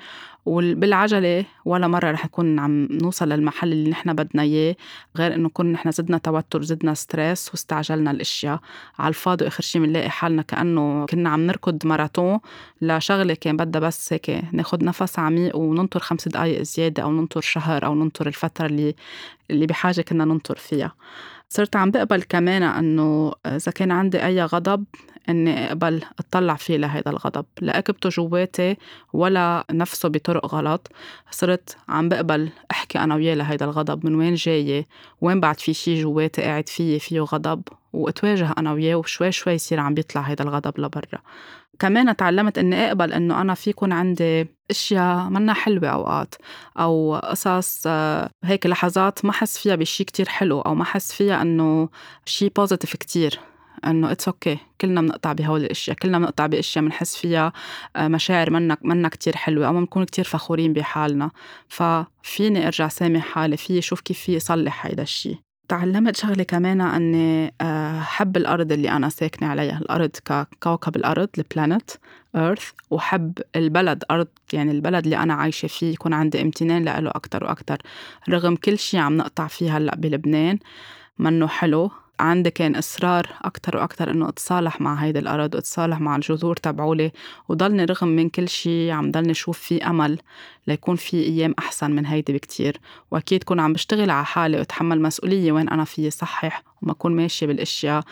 وبالعجلة ولا مرة رح نكون عم نوصل للمحل اللي نحن بدنا إياه، غير إنه كنا نحن زدنا توتر، زدنا ستريس، واستعجلنا الأشياء على الفاضي، وآخر شيء منلاقي حالنا كأنه كنا عم نركض ماراثون لشغلة كان بدها بس هيك ناخد نفس عميق وننطر 5 دقايق زيادة، أو ننطر شهر، أو ننطر الفترة اللي بحاجة كنا ننطر فيها. صرت عم بقبل كمان أنه إذا كان عندي أي غضب أني أقبل أطلع فيه لهذا الغضب، لا أكبته جواتي ولا نفسه بطرق غلط. صرت عم بقبل أحكي أنا وياه لهذا الغضب من وين جاي، وين بعد في شي جواتي قاعد فيه غضب، واتواجه أنا وياه، وشوي شوي يصير عم بيطلع هذا الغضب لبرا. كمان تعلمت أني أقبل أنه أنا في يكون عندي أشياء منا حلوة أوقات، أو قصص هيك لحظات ما حس فيها بشي كتير حلو، أو ما حس فيها أنه شي بوزيتيف كتير، أنه it's okay. كلنا بنقطع بهول الأشياء، كلنا بنقطع بأشياء منحس فيها مشاعر منا كتير حلوة، أو منكون كتير فخورين بحالنا. ففيني أرجع سامح حالي، فيه شوف كيف فيه صلح هيدا الشي. تعلمت شغلة كمان أني حب الأرض اللي أنا ساكنة عليها، الأرض ككوكب الأرض، البلانت Earth، وحب البلد أرض، يعني البلد اللي أنا عايشة فيه يكون عندي امتنان له أكتر وأكتر، رغم كل شي عم نقطع فيه هلأ بلبنان منه حلو. عندي كان إصرار أكتر وأكتر إنه أتصالح مع هيدا الأرض، وأتصالح مع الجذور تبعولي، وضلني رغم من كل شي عم ضلني شوف في أمل ليكون في أيام أحسن من هيدي بكتير. وأكيد كون عم بشتغل على حالي وأتحمل مسؤولية وين أنا فيه صحح، وما أكون ماشي بالأشياء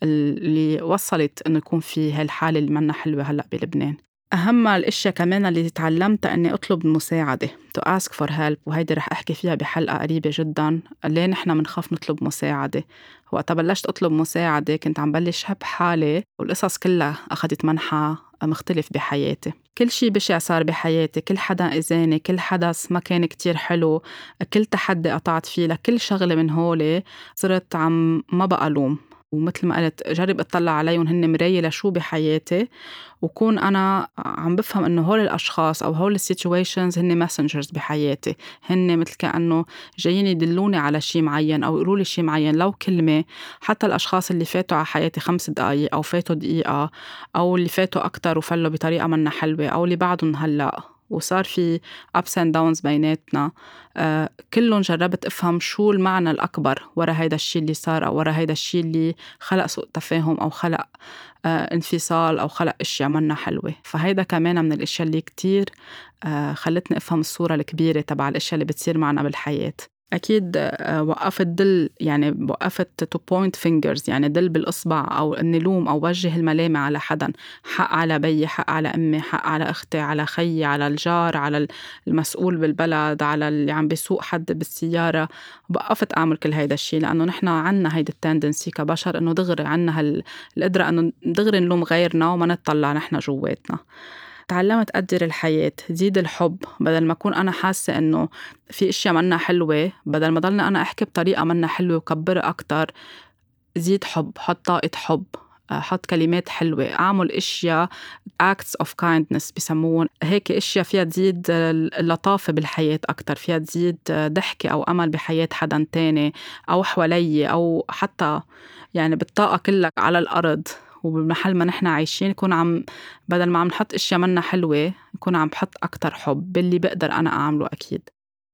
اللي وصلت إنه يكون في هالحالة اللي منا حلوة هلأ بلبنان. أهم الأشياء كمان اللي تعلمتها أني أطلب المساعدة to ask for help، وهيدي رح أحكي فيها بحلقة قريبة جدا. ليه نحن منخاف نطلب مساعدة؟ وقت بلشت أطلب مساعدة كنت عم بلش هب حالي، والقصص كلها أخذت منحى مختلف بحياتي. كل شي بشع صار بحياتي، كل حدا إذاني، كل حدث ما كان كتير حلو، كل تحدي قطعت فيه، لكل شغلة من هولي صرت عم ما بقى لوم، ومثل ما قلت جرب أطلع عليهم هن مراية لشو بحياتي، وكون أنا عم بفهم إنه هول الأشخاص أو هول السيتويشنز هن ماسنجرز بحياتي، هن مثل كأنه جايين يدلوني على شي معين أو يقولوا لي شي معين، لو كلمة. حتى الأشخاص اللي فاتوا على حياتي 5 دقايق أو فاتوا دقيقة، أو اللي فاتوا أكتر وفلوا بطريقة منا حلوة، أو اللي بعدهم هلأ وصار في ups and downs بيناتنا. كلهم جربت أفهم شو المعنى الأكبر ورا هيدا الشي اللي صار، أو ورا هيدا الشي اللي خلق سوء تفاهم أو خلق انفصال أو خلق أشياء منا حلوة. فهيدا كمان من الأشياء اللي كتير خلتني أفهم الصورة الكبيرة تبع الأشياء اللي بتصير معنا بالحياة. أكيد وقفت دل، يعني وقفت to point fingers، يعني دل بالإصبع أو إني لوم أو وجه الملامة على حدا. حق على بي، حق على أمي، حق على أختي، على خيي، على الجار، على المسؤول بالبلد، على اللي عم بيسوق حد بالسيارة. وقفت أعمل كل هيدا الشي لأنه نحنا عنا هيدا التندنسي كبشر إنه دغري عنا القدرة إنه دغري نلوم غيرنا وما نطلع نحنا جواتنا. تعلمت أقدر الحياة، زيد الحب، بدل ما أكون أنا حاسة إنه في أشياء منا حلوة، بدل ما ضلنا أنا أحكي بطريقة منا حلوة وكبرها أكتر، زيد حب، حط طاقة حب، حط كلمات حلوة، أعمل أشياء acts of kindness بسمون هيك، أشياء فيها تزيد اللطافة بالحياة أكتر، فيها تزيد ضحكة أو أمل بحياة حدا تاني أو حوالي، أو حتى يعني بالطاقة كلك على الأرض وبالمحل ما نحن عايشين. نكون بدل ما عم نحط اشياء منا حلوة، نكون عم بحط اكتر حب باللي بقدر انا اعمله. اكيد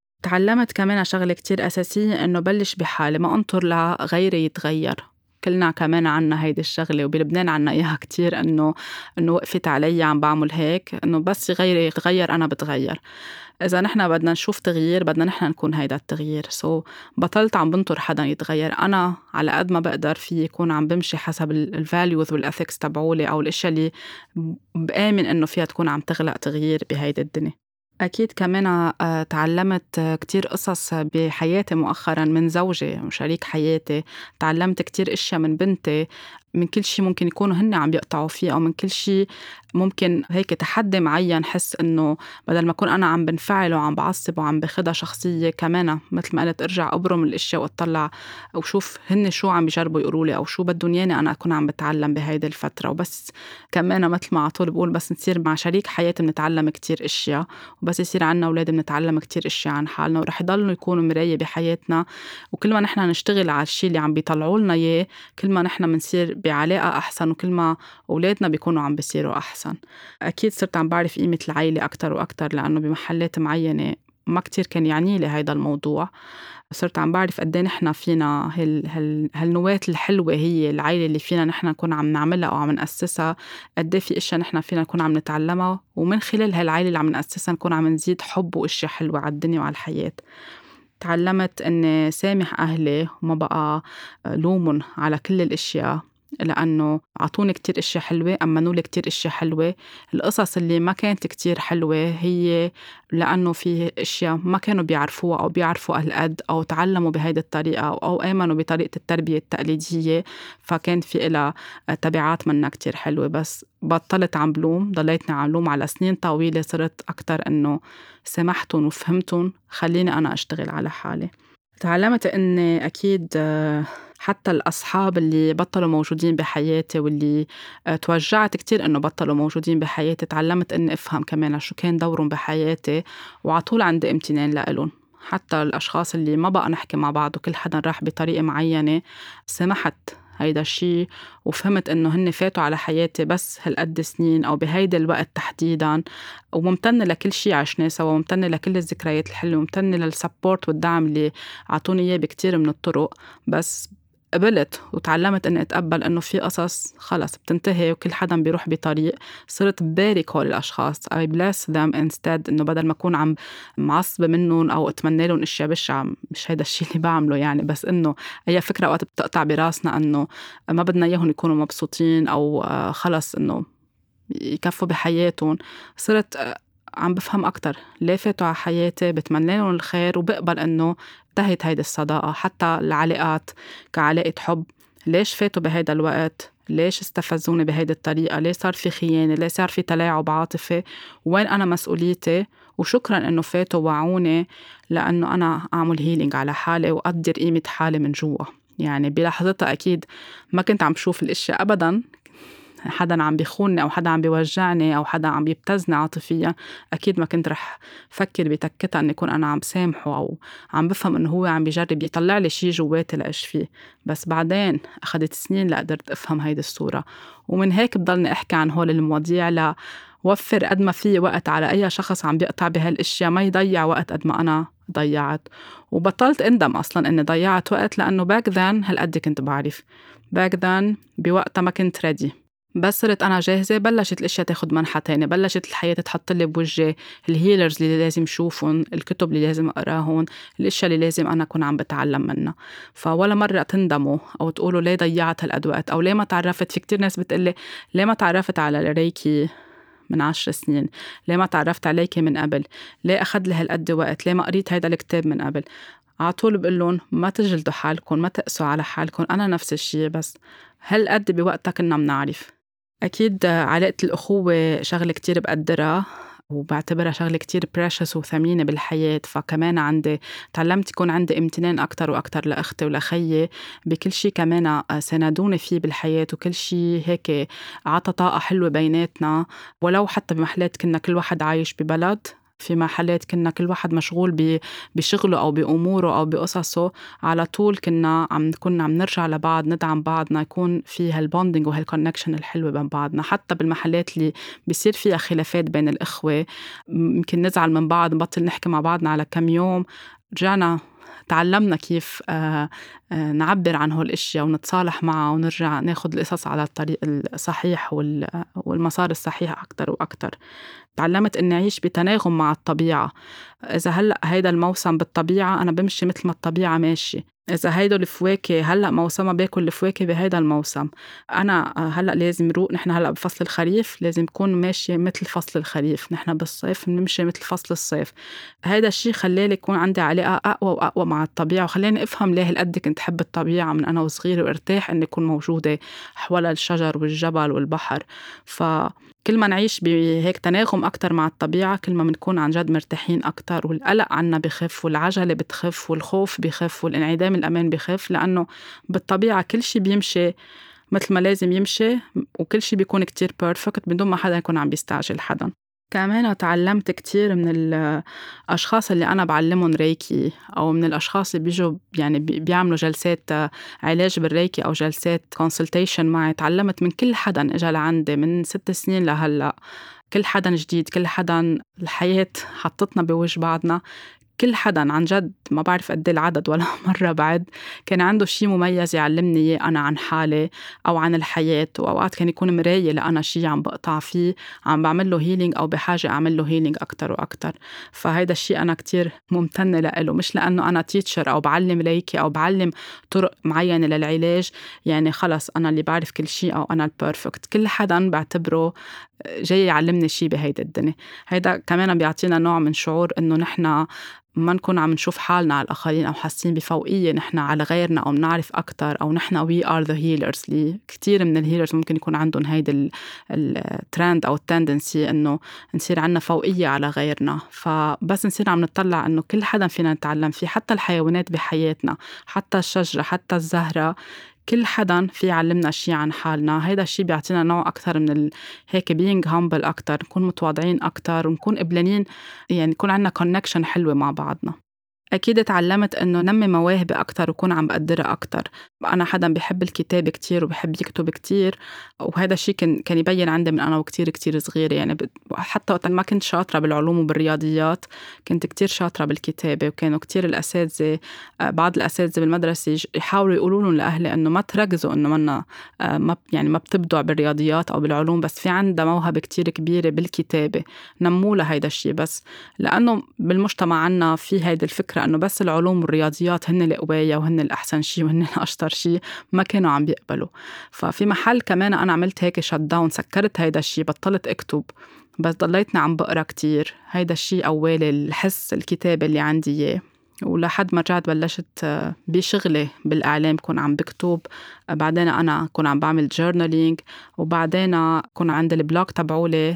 تعلمت كمان شغلة كتير اساسية، انه بلش بحالي، ما انطر لغيري يتغير. كلنا كمان عنا هيدي الشغلة، وبلبنان عنا اياها كتير، انه وقفت علي عم بعمل هيك، انه بس غيري يتغير انا بتغير. إذا نحن بدنا نشوف تغيير، بدنا نحن نكون هيدا التغيير. بطلت عم بنطر حدا يتغير، أنا على قد ما بقدر في يكون عم بمشي حسب الفاليوز والأثيكس تبعولي، أو الأشياء اللي بآمن إنه فيها تكون عم تغلق تغيير بهيدا الدنيا. أكيد كمان تعلمت كتير قصص بحياتي مؤخراً من زوجي وشريك حياتي. تعلمت كتير أشياء من بنتي، من كل شيء ممكن يكونوا هن عم بيقطعوا فيه، أو من كل شيء ممكن هيك تحدي معين حس إنه بدل ما أكون أنا عم بنفعل وعم بعصب وعم بخدها شخصية، كمان مثل ما قلت أرجع أبرم الأشياء وأطلع وشوف هن شو عم بيجربوا يقولولي، أو شو بدهم ياني أنا أكون عم بتعلم بهيدي الفترة. وبس كمان مثل ما عطول بقول، بس نصير مع شريك حياتي بنتعلم كتير أشياء، وبس يصير عنا أولاد بنتعلم كتير أشياء عن حالنا، ورح يضلوا يكونوا مراية بحياتنا. وكل ما نحن نشتغل على الشيء اللي عم بيطلعوا لنا إياه، كل ما نحن منصير بعلاقة أحسن، وكل ما أولادنا بيكونوا عم بيصيروا أحسن. أكيد صرت عم بعرف قيمة العيلة أكتر وأكتر، لأنه بمحلات معينة ما كتير كان يعني لي هيدا الموضوع. صرت عم بعرف قد ايه نحن فينا هالنواة الحلوة، هي العيلة اللي فينا نحن نكون عم نعملها أو عم نأسسها. قد ايه في اشياء نحن فينا نكون عم نتعلمها، ومن خلال هالعيلة اللي عم نأسسها نكون عم نزيد حب واشياء حلوة على الدنيا وعلى الحياة. تعلمت اني سامح اهلي وما بقى لومن على كل الاشياء، لأنه عطوني كتير اشياء حلوة، أمنولي كتير اشياء حلوة. القصص اللي ما كانت كتير حلوة هي لأنه في اشياء ما كانوا بيعرفوها، أو بيعرفوا القد، أو تعلموا بهيدي الطريقة، أو آمنوا بطريقة التربية التقليدية، فكان في إلها تبعات منها كتير حلوة. بس بطلت عم بلوم، ضليتني عم لوم على سنين طويلة. صرت أكتر إنه سمحتن وفهمتن، خليني أنا أشتغل على حالي. تعلمت إني أكيد حتى الأصحاب اللي بطلوا موجودين بحياتي، واللي توجعت كتير إنه بطلوا موجودين بحياتي، تعلمت إني أفهم كمان شو كان دورهم بحياتي، وعطول عندي امتنان لإلهم. حتى الأشخاص اللي ما بقى نحكي مع بعض وكل حدا راح بطريقة معينة، سمحت هيدا الشي، وفهمت إنه هن فاتوا على حياتي بس هالقد سنين أو بهيدا الوقت تحديداً، وممتنة لكل شي عشناه سوا، وممتنة لكل الذكريات الحلوة، وممتنة للسبورت والدعم اللي عطوني إياه بكتير من الطرق. بس قبلت وتعلمت إني أتقبل إنه في قصص خلص بتنتهي، وكل حدا بيروح بطريق. صرت ببارك هول الأشخاص، I bless them instead، إنه بدل ما أكون عم معصبة منهم أو أتمنى لهم إشياء بشعة، مش هيدا الشيء اللي بعمله يعني، بس إنه هي فكرة وقت بتقطع براسنا إنه ما بدنا إياهم يكونوا مبسوطين، أو خلص إنه يكفوا بحياتهم. صرت عم بفهم أكتر ليه فاتوا على حياتي، بتمنى لهم الخير، وبقبل إنه انتهت هيدا الصداقة. حتى العلاقات كعلاقة حب، ليش فاتوا بهيدا الوقت، ليش استفزوني بهيدا الطريقة، ليه صار في خيانة، ليه صار في تلاعب عاطفي، وين أنا مسؤوليتي. وشكرا إنه فاتوا وعوني، لأنه أنا أعمل هيلينج على حالي وأقدر قيمة حالي من جوا. يعني بلحظتها أكيد ما كنت عم بشوف الأشياء أبداً، حدا عم بيخونني أو حدا عم بيوجعني أو حدا عم بيبتزني عاطفيا، أكيد ما كنت رح فكر بتكتها أن يكون أنا عم سامحه، أو عم بفهم أنه هو عم بيجرب يطلع لي شي جواتي لأشفيه. بس بعدين أخذت سنين لقدرت أفهم هيدي الصورة، ومن هيك بضلني أحكي عن هول المواضيع وفر قد ما في وقت على أي شخص عم بيقطع بهالاشياء، ما يضيع وقت قد ما أنا ضيعت. وبطلت اندم أصلا إني ضيعت وقت، لأنه باك ذن هالقد كنت بعرف، باك ذن بوقتها ما كنت ريدي. بس صرت أنا جاهزة، بلشت الأشياء تاخد منحى تاني، بلشت الحياة تحط لي بوجهي الهيلرز اللي لازم شوفهم، الكتب اللي لازم أقراهم، الأشياء اللي لازم أنا أكون عم بتعلم منها. فولا مرة تندموا أو تقولوا ليه ضيعت هالقد وقت، أو ليه ما تعرفت. في كتير ناس بتقلي ليه ما تعرفت على الريكي من 10 سنين، ليه ما تعرفت عليكي من قبل، ليه أخذ لي هالقد وقت، ليه ما قريت هيدا الكتاب من قبل. عطول بقلون ما تجلدوا حالكم، ما تقسوا على حالكم، أنا نفس الشيء، بس هالقد بوقتها كنا منعرف. أكيد علاقة الأخوة شغلة كتير بقدرها وبعتبرها شغلة كتير precious وثمينة بالحياة. فكمان تعلمت يكون عندي امتنان أكتر وأكتر لأختي ولخيي بكل شي، كمان ساندوني فيه بالحياة، وكل شي هيك عطا طاقة حلوة بيناتنا. ولو حتى بمحلات كنا كل واحد عايش ببلد، في محلات كنا كل واحد مشغول بشغله أو بأموره أو بقصصه، على طول كنا عم نرجع لبعض، ندعم بعضنا، يكون في هالبوندينج وهالكونكشن الحلوة بين بعضنا. حتى بالمحلات اللي بيصير فيها خلافات بين الإخوة، يمكن نزعل من بعض، نبطل نحكي مع بعضنا على كم يوم، رجعنا تعلمنا كيف نعبر عن هول الاشياء ونتصالح معها، ونرجع ناخد القصص على الطريق الصحيح والمسار الصحيح أكتر وأكتر. تعلمت إني أعيش بتناغم مع الطبيعة. إذا هلأ هيدا الموسم بالطبيعة، أنا بمشي مثل ما الطبيعة ماشي. إذا هيدا الفواكه هلأ موسمها، باكل الفواكه بهيدا الموسم. أنا هلأ لازم روق، نحن هلأ بفصل الخريف لازم يكون ماشي مثل فصل الخريف، نحن بالصيف نمشي مثل فصل الصيف. هيدا الشي خلالي يكون عندي علاقة أقوى وأقوى مع الطبيعة، وخلاني أفهم ليه هالقد كنت أحب الطبيعة من أنا وصغيرة، وارتاح إني أكون موجودة حول الشجر والجبل والبحر. كل ما نعيش بهيك تناغم أكتر مع الطبيعة، كل ما منكون عن جد مرتاحين أكتر، والقلق عنا بخف، والعجلة بتخف، والخوف بخف، والانعدام الأمان بخف، لأنه بالطبيعة كل شي بيمشي مثل ما لازم يمشي، وكل شي بيكون كتير بيرفكت بدون ما حدا يكون عم بيستعجل حدا. كمان تعلمت كتير من الأشخاص اللي أنا بعلمهم ريكي، أو من الأشخاص اللي بيجوا يعني بيعملوا جلسات علاج بالريكي أو جلسات consultation معي. تعلمت من كل حدا إجا لعندي من 6 سنين لهلأ، كل حدا جديد، كل حدا الحياة حطتنا بوجه بعضنا. كل حدا عن جد ما بعرف قد العدد ولا مرة بعد كان عنده شي مميز يعلمني إياه أنا عن حالي أو عن الحياة. وأوقات كان يكون مراية لأنا شي عم بقطع فيه، عم بعمل له هيلينج أو بحاجة أعمل له هيلينج أكتر وأكتر. فهيدا الشي أنا كتير ممتنة له، مش لأنه أنا تيتشر أو بعلم ريكي أو بعلم طرق معينة للعلاج يعني خلص أنا اللي بعرف كل شي أو أنا البيرفكت. كل حدا بعتبره جاي يعلمني شي بهيدا الدنيا. هيدا كمان بيعطينا نوع من شعور إنه نحنا ما نكون عم نشوف حالنا على الآخرين أو حاسين بفوقية نحن على غيرنا، أو نعرف أكتر، أو نحن we are the healers. اللي كتير من الهيلرز ممكن يكون عندهم هيدا الترند أو التندنسي إنه نصير عنا فوقية على غيرنا. فبس نصير عم نطلع إنه كل حدا فينا نتعلم فيه، حتى الحيوانات بحياتنا، حتى الشجرة، حتى الزهرة، كل حدا في يعلمنا شي عن حالنا. هيدا الشي بيعطينا نوع أكتر من هيك being humble أكتر، نكون متواضعين أكتر، ونكون قبلانين، يعني يكون عنا connection حلوة مع بعضنا. أكيد تعلمت إنه نمي مواهبي أكتر وكون عم بقدرها أكتر. أنا حدا بيحب الكتابة كتير وبيحب يكتب كتير، وهذا الشيء كان يبين عندي من أنا وكتير كتير صغيرة. يعني حتى وقت ما كنت شاطرة بالعلوم وبالرياضيات كنت كتير شاطرة بالكتابة. وكانوا كتير الأساتذة، بعض الأساتذة بالمدرسة يحاولوا يقولوا لهم لأهلي إنه ما تركزوا، إنه ما بتبدع بالرياضيات أو بالعلوم، بس في عندها موهبة كتير كبيرة بالكتابة، نمولا هيدا الشيء. بس لأنه بالمجتمع عنا في هيدا الفكرة إنه بس العلوم والرياضيات هن القواية وهن الأحسن شيء وهن الأشطر شيء، ما كانوا عم بيقبلوا. ففي محل كمان أنا عملت هيك شت داون، سكرت هيدا الشيء، بطلت أكتب، بس ضليتني عم بقرأ كتير. هيدا الشيء أولي الحس الكتابة اللي عندي إياه. ولحد ما رجعت بلشت بشغلي بالإعلام كون عم بكتب، بعدين أنا كون عم بعمل جورنالينج، وبعدين كون عندي البلوج تبعولي،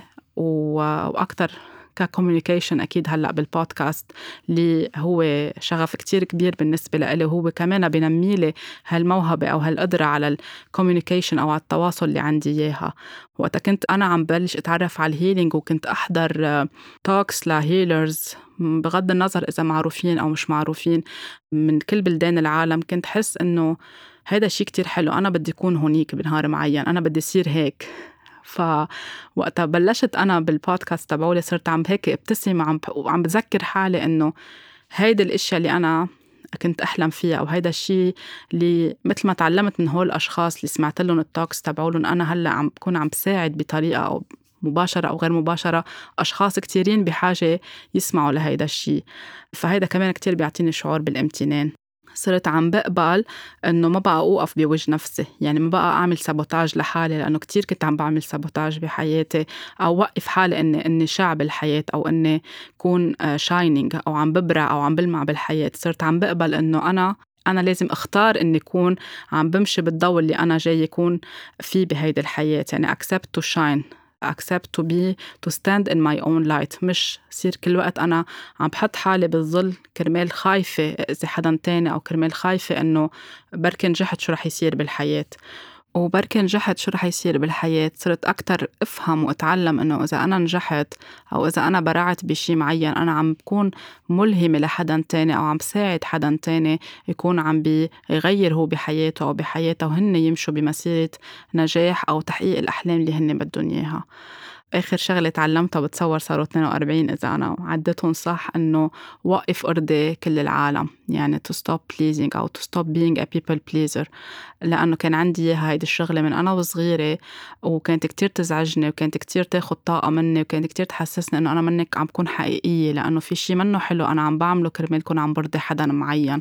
وأكتر ككوميونيكيشن. أكيد هلأ بالبودكاست اللي هو شغف كتير كبير بالنسبة لي، وهو كمان بينميلي هالموهبة أو هالقدرة على الكوميونيكيشن أو على التواصل اللي عندي إياها. وقتا كنت أنا عم بلش أتعرف على الهيلينج وكنت أحضر توكس لهيلرز، بغض النظر إذا معروفين أو مش معروفين من كل بلدان العالم، كنت حس إنه هيدا شيء كتير حلو، أنا بدي أكون هونيك بنهار معين، أنا بدي أصير هيك. فوقتها بلشت أنا بالبودكاست تبعولي صرت عم هيك ابتسم وعم بذكر حالي إنه هيدا الاشياء اللي أنا كنت أحلم فيها، أو هيدا الشيء اللي مثل ما تعلمت من هول الأشخاص اللي سمعت لهم التوكس تبعولهم، أنا هلأ عم بكون عم بساعد بطريقة أو مباشرة أو غير مباشرة أشخاص كتيرين بحاجة يسمعوا لهيدا الشيء. فهيدا كمان كتير بيعطيني شعور بالامتنان. صرت عم بقبل إنه ما بقى أوقف بوجه نفسي، يعني ما بقى أعمل سابوتاج لحالي، لأنه كتير كنت عم بعمل سابوتاج بحياتي، أو وقف حالي إني شعب الحياة، أو إني كون شاينينج أو عم ببرع أو عم بلمع بالحياة. صرت عم بقبل إنه أنا لازم أختار إني أكون عم بمشي بالضوء اللي أنا جاي يكون فيه بهيدي الحياة، يعني accept to shine، accept to stand in my own light. مش صير كل وقت أنا عم بحط حالي بالظل كرمال خايفة إذا حدا تاني، أو كرمال خايفة إنه بركي نجحت شو رح يصير بالحياة. وبركي نجحت شو رح يصير بالحياة، صرت أكتر أفهم وأتعلم إنه إذا أنا نجحت أو إذا أنا برعت بشي معين، أنا عم بكون ملهمة لحدا تاني، أو عم ساعد حدا تاني يكون عم بيغير هو بحياته أو بحياته، وهن يمشوا بمسيرة نجاح أو تحقيق الأحلام اللي هن بدهم إياها. آخر شغلة تعلمتها بتصور صاروا 42 إذا أنا عدتهم صح، إنه وقف أرضي كل العالم، يعني to stop pleasing أو to stop being a people pleaser. لأنه كان عندي هايدي الشغلة من أنا وصغيرة، وكانت كتير تزعجني، وكانت كتير تاخد طاقة مني، وكانت كتير تحسسني إنه أنا منك عم بكون حقيقية، لأنه في شي منه حلو أنا عم بعمله كرمال كون عم برضي حدا معين.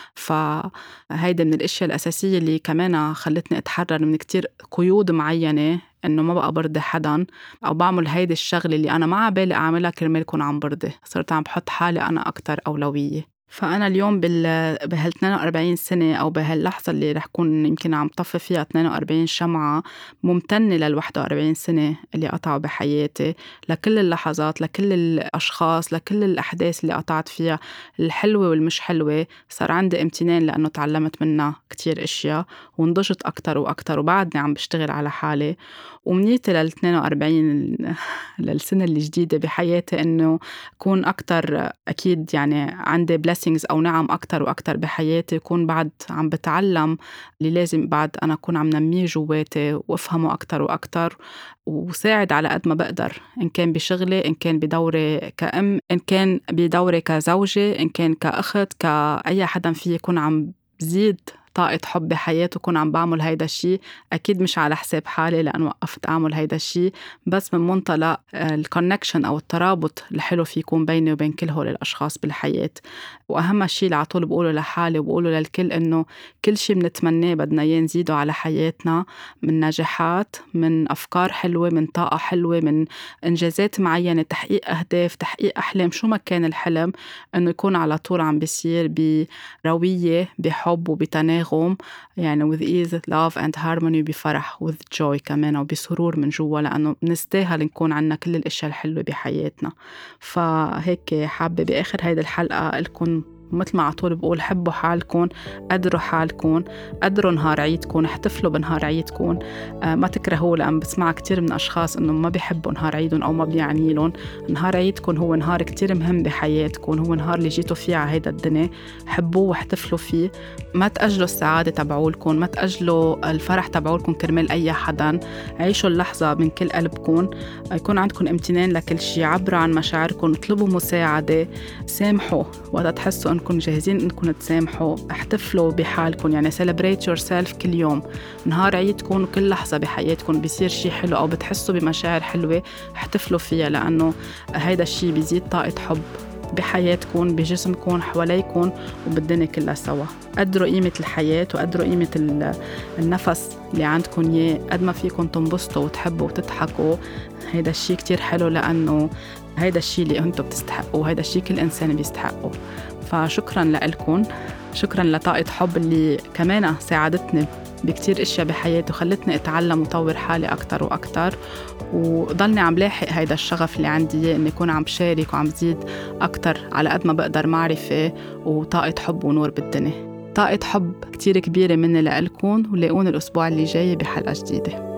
فهيدا من الأشياء الأساسية اللي كمان خلتني أتحرر من كتير قيود معينة، إنه ما بقى برضي حدا، أو بعمل هيدي الشغلة اللي أنا ما عبالي أعملها كرمال كون عم برضي. صرت عم بحط حالي أنا أكتر أولوية. فأنا اليوم بهال 42 سنة، أو بهاللحظة اللي رح كون يمكن عم طفي فيها 42 شمعة، ممتنة لل 41 سنة اللي قطعوا بحياتي، لكل اللحظات، لكل الأشخاص، لكل الأحداث اللي قطعت فيها، الحلوة والمش حلوة. صار عندي امتنان لأنه تعلمت منها كتير أشياء، ونضجت أكتر وأكتر، وبعدني عم بشتغل على حالي. ومنيتي لل 42 للسنة الجديدة بحياتي إنه كون أكتر، أكيد يعني عندي blessings أو نعم أكتر وأكتر بحياتي، كون بعد عم بتعلم اللي لازم بعد أنا أكون عم نميه جواتي وأفهمه أكتر وأكتر، وساعد على قد ما بقدر، إن كان بشغلي، إن كان بدوري كأم، إن كان بدوري كزوجة، إن كان كأخت، كأي حدا فيه يكون عم بزيد طاقة حب بحياته، كون عم بعمل هيدا الشي. أكيد مش على حساب حالي، لأنه وقفت أعمل هيدا الشي، بس من منطلق الكونكشن أو الترابط الحلو في يكون بيني وبين كل هول الأشخاص بالحياة. وأهم شي اللي عطول بقوله لحالي وبقوله للكل، إنه كل شي بنتمناه بدنا إياه نزيده على حياتنا، من نجاحات، من أفكار حلوة، من طاقة حلوة، من إنجازات معينة، تحقيق أهداف، تحقيق أحلام، شو ما كان الحلم، إنه يكون على طول عم بيصير بروية، بحب وبتناغم، يعني with ease, love and harmony، بفرح with joy كمان، وبسرور من جوا، لأنه نستاهل نكون عنا كل الأشياء الحلوة بحياتنا. فهيك حابة بآخر هيدا الحلقة لكم مثل ما عطول بقول، حبوا حالكم، قدروا حالكم، قدروا نهار عيدكم، احتفلوا بنهار عيدكم، ما تكرهوا. لأن بسمع كتير من أشخاص إنه ما بيحبوا نهار عيدهم أو ما بيعني لهم. نهار عيدكم هو نهار كتير مهم بحياتكم، هو نهار اللي جيتوا فيه على هيدا الدنيا، حبوه واحتفلوا فيه. ما تأجلوا السعادة تبعولكم، ما تأجلوا الفرح تبعولكم كرمال أي حدا. عيشوا اللحظة من كل قلبكم، يكون عندكم امتنان لكل شيء، عبروا عن مشاعركم، اطلبوا مساعدة، سامحوا وقت تحسوا انكم جاهزين انكم تسامحوا، احتفلوا بحالكم، يعني celebrate yourself كل يوم. نهار عيدكم وكل لحظة بحياتكم بيصير شيء حلو أو بتحسوا بمشاعر حلوة، احتفلوا فيها، لأنه هيدا الشيء بيزيد طاقة حب بحياتكم، بجسمكم، حواليكم، وبالدنيا كلها سوا. قدروا قيمة الحياة، وقدروا قيمة النفس اللي عندكم إياه. قد ما فيكم تنبسطوا وتحبوا وتضحكوا، هيدا الشيء كتير حلو، لأنه هيدا الشيء اللي أنتم بتستحقوا، هيدا الشيء كل إنسان بيستحقوا. فشكراً لكم، شكراً لطاقة حب اللي كمان ساعدتني بكتير اشياء بحياتي، وخلتني اتعلم وطور حالي اكتر واكتر، وضلني عم لاحق هيدا الشغف اللي عندي، اني اكون عم بشارك وعم بزيد اكتر على قد ما بقدر معرفة وطاقة حب ونور بالدنيا. طاقة حب كتير كبيرة مني لكم، ولاقوني الاسبوع اللي جاي بحلقة جديدة.